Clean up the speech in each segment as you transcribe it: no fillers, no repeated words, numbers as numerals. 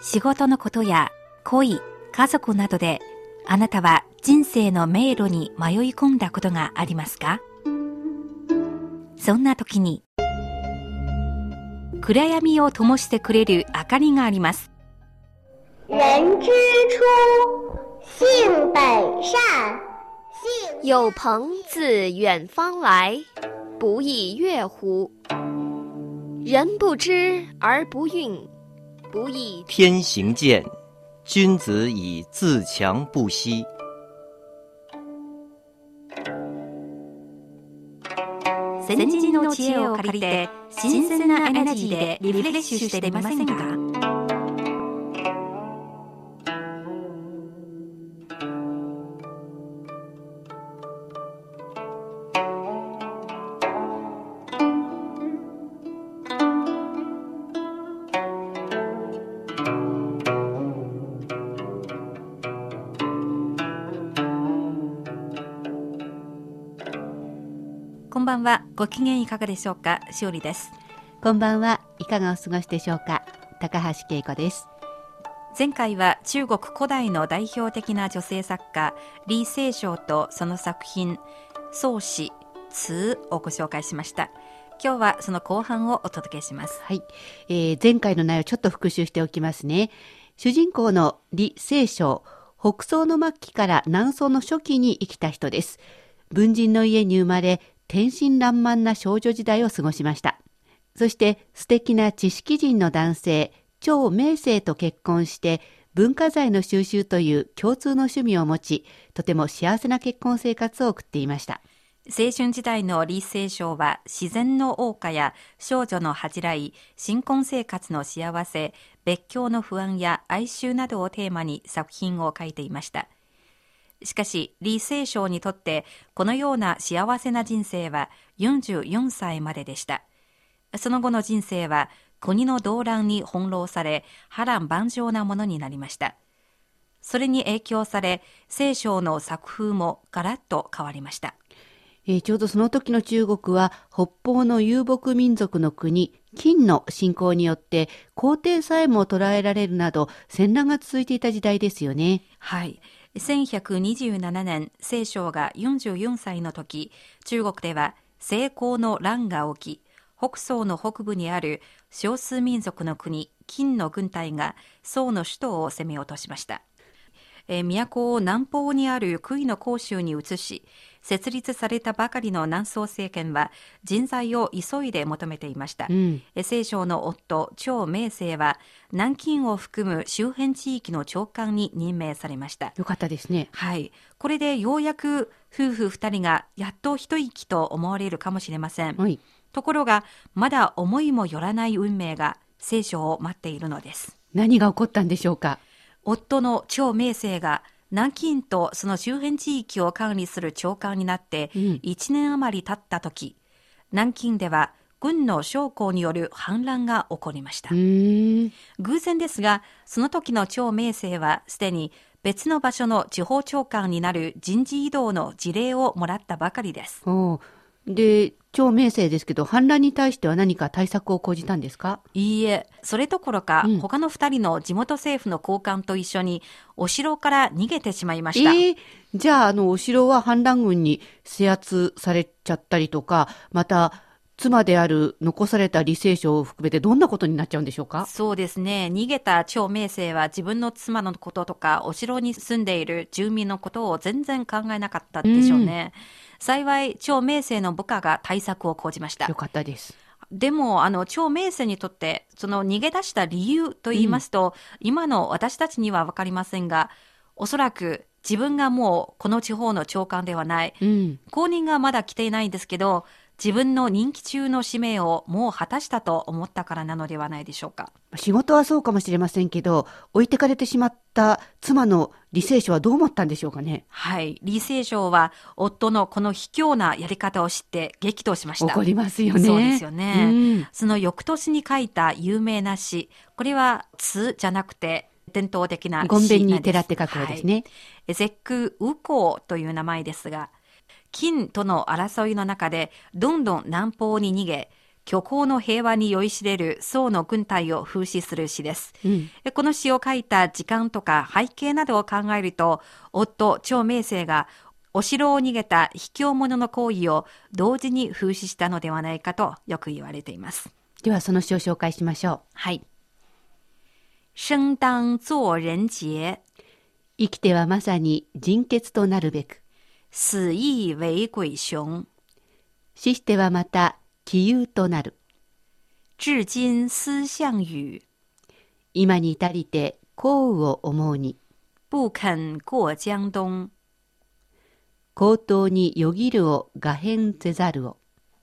仕事のことや恋、家族などであなたは人生の迷路に迷い込んだことがありますか？そんな時に暗闇を灯してくれる明かりがあります。 人之初，性本善。 有朋自远方来，不亦乐乎？人不知而不愠，不亦天行健，君子以自强不息。 先人の知恵を借りて新鮮なエナジーでリフレッシュしてみませんか？こんばんは。ご機嫌いかがでしょうか？しおりです。 こんばんは。いかがお過ごしでしょうか？高橋恵子です。 前回は中国古代の代表的な女性作家李清照とその作品宋詩詞をご紹介しました。今日はその後半をお届けします。 はい、前回の内容をちょっと復習しておきますね。主人公の李清照、北宋の末期から南宋の初期に生きた人です。文人の家に生まれ、天真爛漫な少女時代を過ごしました。そして素敵な知識人の男性、張明生と結婚して文化財の収集という共通の趣味を持ち、とても幸せな結婚生活を送っていました。 青春時代の李清照は自然の謳歌や少女の恥じらい、新婚生活の幸せ、別居の不安や哀愁などをテーマに作品を書いていました。しかし李清照にとってこのような幸せな人生は44歳まででした。その後の人生は国の動乱に翻弄され波乱万丈なものになりました。それに影響され清照の作風もガラッと変わりました。 ちょうどその時の中国は北方の遊牧民族の国金の侵攻によって皇帝さえも捕らえられるなど戦乱が続いていた時代ですよね。 はい。1127年、清照が44歳の時、中国では西高の乱が起き、北宋の北部にある少数民族の国、金の軍隊が宋の首都を攻め落としました。都を南方にある杭の広州に移し、設立されたばかりの南宋政権は人材を急いで求めていました。清照の夫、張明生は南京を含む周辺地域の長官に任命されました。 よかったですね。 はい。これでようやく夫婦二人がやっと一息と思われるかもしれません。 はい。 ところが、まだ思いもよらない運命が清照を待っているのです。 何が起こったんでしょうか？ 夫の張明生が南京とその周辺地域を管理する長官になって1年余り経った時、南京では軍の将校による反乱が起こりました。偶然ですが、その時の張明生はすでに別の場所の地方長官になる人事異動の辞令をもらったばかりです。 で、張明生ですけど、反乱に対しては何か対策を講じたんですか？ いいえ、それどころか、他の2人の地元政府の高官と一緒にお城から逃げてしまいました。 じゃあ、お城は反乱軍に制圧されちゃったりとか、また妻である残された李清照を含めてどんなことになっちゃうんでしょうか？そうですね。逃げた張明生は自分の妻のこととかお城に住んでいる住民のことを全然考えなかったでしょうね。幸い張明生の部下が対策を講じました。 よかったです。 でも張明生にとってその逃げ出した理由と言いますと、今の私たちには分かりませんが、おそらく自分がもうこの地方の長官ではない、後任がまだ来ていないんですけど、自分の任期中の使命をもう果たしたと思ったからなのではないでしょうか。 仕事はそうかもしれませんけど、置いてかれてしまった妻の李清照はどう思ったんでしょうかね。 はい。李清照は夫のこの卑怯なやり方を知って激怒しました。 怒りますよね。 そうですよね。その翌年に書いた有名な詩、これは詞じゃなくて伝統的な詩なんです。 ごんべんに寺って書く方ですね。 絶句右皇という名前ですが、金との争いの中でどんどん南方に逃げ、 虚構の平和に酔いしれる宋の軍隊を風刺する詩です。この詩を書いた時間とか背景などを考えると、夫、張明生がお城を逃げた卑怯者の行為を同時に風刺したのではないかとよく言われています。 ではその詩を紹介しましょう。 はい。生当作人傑。 生きてはまさに人傑となるべく。 死亦為鬼雄。 死してはまた杞憂となる。 至今思項羽。 今に至りて降雨を思うに。 不肯過江東。 高騰によぎるを画変せざるを。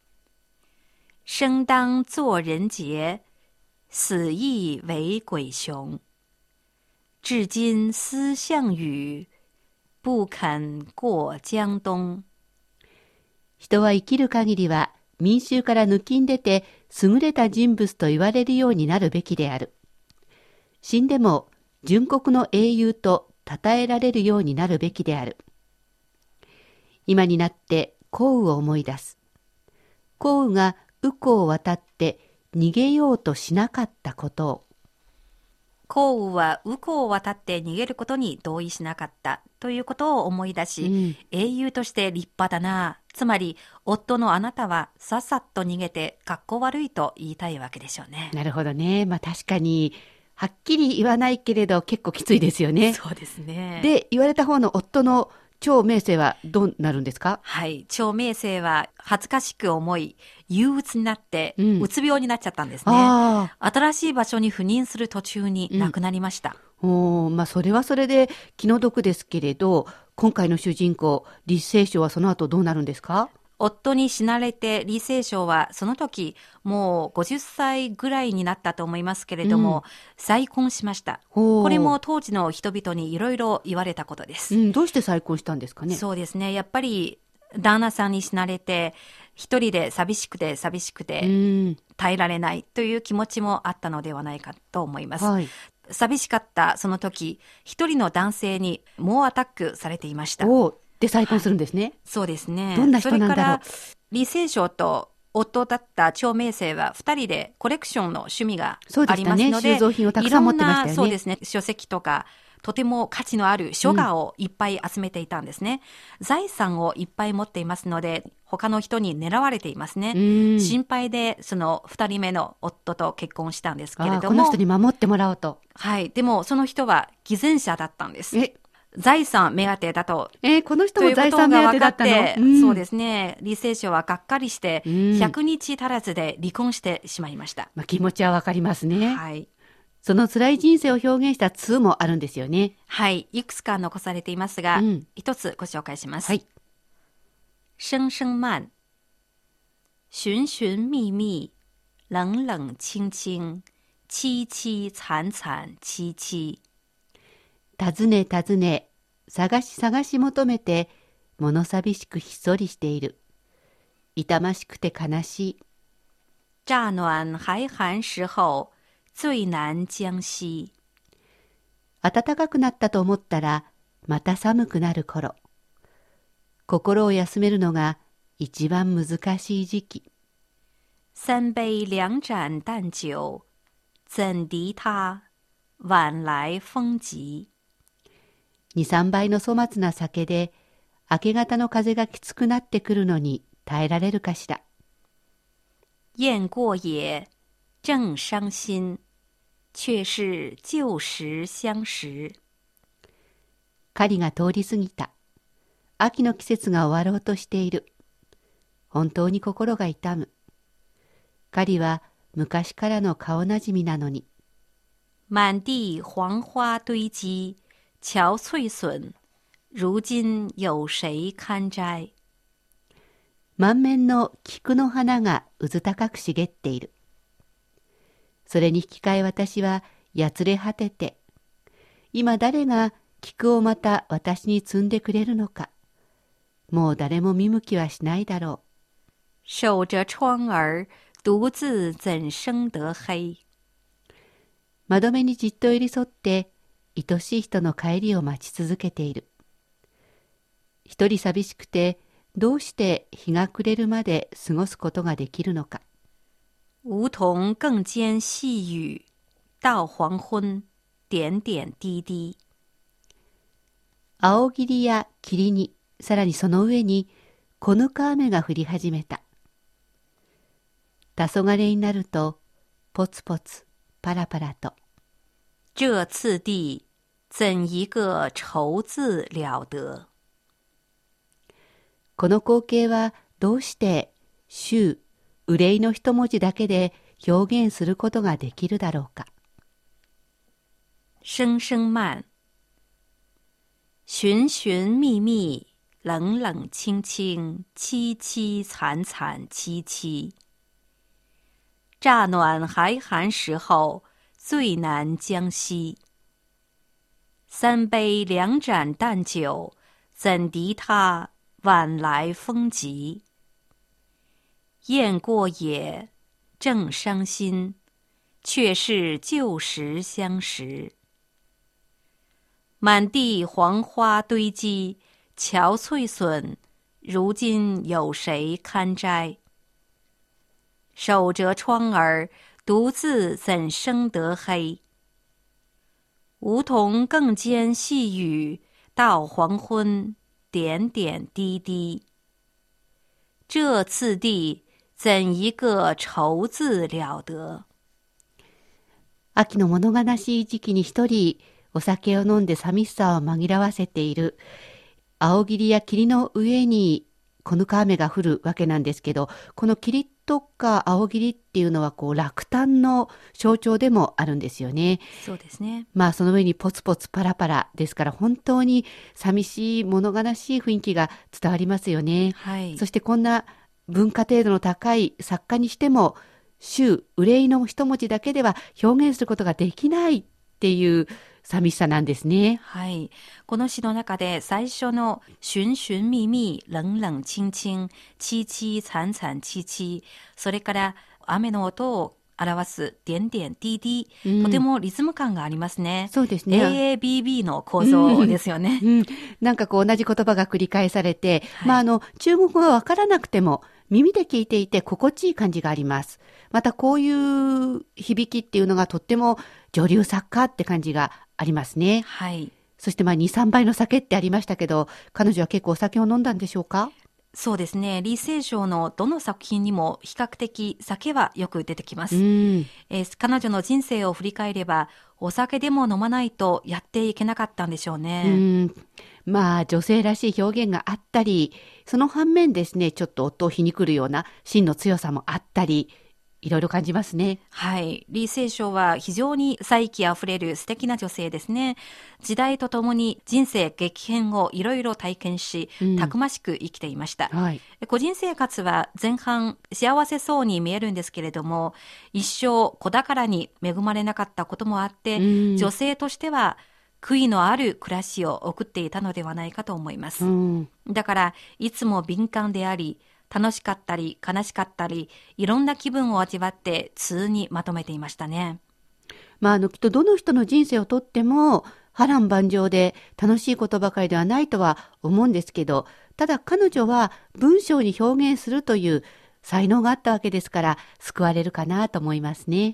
生當作人傑。死亦為鬼雄。至今思項羽。不肯過江東。 人は生きる限りは民衆から抜きん出て優れた人物と言われるようになるべきである。死んでも純国の英雄と称えられるようになるべきである。今になって降雨を思い出す。降雨が宇湖を渡って逃げようとしなかったことを。 降雨は宇湖を渡って逃げることに同意しなかったということを思い出し、英雄として立派だな。つまり夫のあなたはさっさっと逃げてかっこ悪いと言いたいわけでしょうね。 なるほどね。確かにはっきり言わないけれど結構きついですよね。 そうですね。 で、言われた方の夫の張明生はどうなるんですか？ はい。張明生は恥ずかしく思い、憂鬱になって、うつ病になっちゃったんですね。新しい場所に赴任する途中に亡くなりました。 それはそれで気の毒ですけれど、今回の主人公、李清照はその後どうなるんですか？ 夫に死なれて李清照はその時もう50歳ぐらいになったと思いますけれども、再婚しました。これも当時の人々にいろいろ言われたことです。 どうして再婚したんですかね？ そうですね。やっぱり旦那さんに死なれて一人で寂しくて耐えられないという気持ちもあったのではないかと思います。寂しかったその時、一人の男性に猛アタックされていました。 で再婚するんですね。 そうですね。 どんな人なんだろう。 それから李清照と夫だった張明生は2人でコレクションの趣味がありますので、 収蔵品をたくさん持ってましたよね。 そうですね。書籍とかとても価値のある書画をいっぱい集めていたんですね。財産をいっぱい持っていますので、他の人に狙われていますね。心配でその2人目の夫と結婚したんですけれども、 この人に守ってもらおうと。 はい。でもその人は偽善者だったんです。財産目当てだと。 この人も財産目当てだったの？ そうですね。李清照はがっかりして、100日足らずで離婚してしまいました。 気持ちはわかりますね。 はい。 その辛い人生を表現した通もあるんですよね。 はい。いくつか残されていますが、一つご紹介します。はい。声声慢。尋尋覓覓。冷冷清清。凄凄惨惨戚戚。 尋ね尋ね、探し探し求めて、物寂しくひっそりしている。痛ましくて悲しい。 乍暖还寒時候、最難将息。 暖かくなったと思ったら、また寒くなる頃。心を休めるのが一番難しい時期。 三杯兩盞淡酒、怎敵他、晚來風急。 2、3杯の粗末な酒で、明け方の風がきつくなってくるのに耐えられるかしら。 雁過也、正傷心。却是舊時相識。 狩りが通り過ぎた。秋の季節が終わろうとしている。本当に心が痛む。狩りは昔からの顔なじみなのに。 滿地黃花堆積。憔悴損。如今有誰堪摘。 満面の菊の花がうず高く茂っている。それに引き換え私はやつれ果てて、今誰が菊をまた私に摘んでくれるのか。もう誰も見向きはしないだろう。 守着窗兒、獨自怎生得黑。 窓辺にじっと寄り添って、愛しい人の帰りを待ち続けている。一人寂しくて、どうして日が暮れるまで過ごすことができるのか。 梧桐更兼细雨到黄昏点点滴滴。 青霧や霧に、さらにその上に小ぬか雨が降り始めた。黄昏になるとポツポツパラパラと。 这次第怎一个愁字了得。 この光景はどうして秋、憂いの一文字だけで表現することができるだろうか。 声声慢，寻寻觅觅，冷冷清清，凄凄惨惨戚戚。乍暖还寒时候，最难将息。三杯两盏淡酒，怎敌他晚来风急。雁过也，正伤心，却是旧时相识。满地黄花堆积，憔悴损，如今有谁堪摘？守着窗儿，独自怎生得黑？梧桐更兼细雨到黄昏点点滴滴。这次第怎一个愁字了得。 秋の物悲しい時期に一人お酒を飲んで寂しさを紛らわせている。青霧や霧の上に小ぬか雨が降るわけなんですけど、この霧とか青霧っていうのは落胆の象徴でもあるんですよね。 そうですね。 その上にポツポツパラパラですから、本当に寂しい物悲しい雰囲気が伝わりますよね。 はい。 そしてこんな文化程度の高い作家にしても、秋、憂いの一文字だけでは表現することができないっていう寂しさなんですね。 はい。この詩の中で最初の寻寻觅觅、冷冷清清、凄凄惨惨戚々、それから雨の音を表す点点滴滴、とてもリズム感がありますね。 そうですね。 AABB の構造ですよね。 なんか同じ言葉が繰り返されて、 はい、 中国語がわからなくても耳で聞いていて心地いい感じがあります。またこういう響きっていうのがとっても女流作家って感じがありますね。 はい。 そして2、3杯の酒ってありましたけど、彼女は結構お酒を飲んだんでしょうか？ そうですね。李清照のどの作品にも比較的酒はよく出てきます。彼女の人生を振り返れば、お酒でも飲まないとやっていけなかったんでしょうね。 女性らしい表現があったり、その反面ですね、ちょっと夫を皮肉るような芯の強さもあったり、いろいろ感じますね。 はい。李清照は非常に才気あふれる素敵な女性ですね。時代とともに人生激変をいろいろ体験し、たくましく生きていました。 はい、 個人生活は前半幸せそうに見えるんですけれども、一生子宝に恵まれなかったこともあって、女性としては悔いのある暮らしを送っていたのではないかと思います。だからいつも敏感であり、楽しかったり悲しかったり、いろんな気分を味わって通にまとめていましたね。 きっとどの人の人生をとっても波乱万丈で楽しいことばかりではないとは思うんですけど、ただ彼女は文章に表現するという才能があったわけですから、救われるかなと思いますね。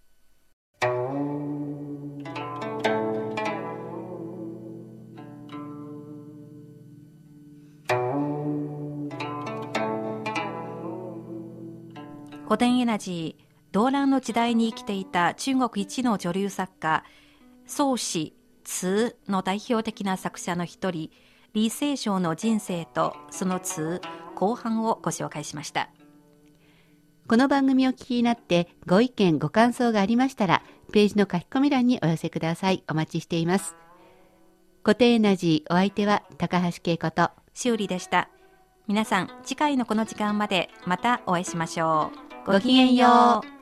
古典エナジー、動乱の時代に生きていた中国一の女流作家、宋詩、詞の代表的な作者の一人、李清照の人生とその詞後半をご紹介しました。 この番組を聞きになってご意見ご感想がありましたら、ページの書き込み欄にお寄せください。お待ちしています。古典エナジー、お相手は高橋恵子としおりでした。皆さん、次回のこの時間までまたお会いしましょう。ごきげんよう。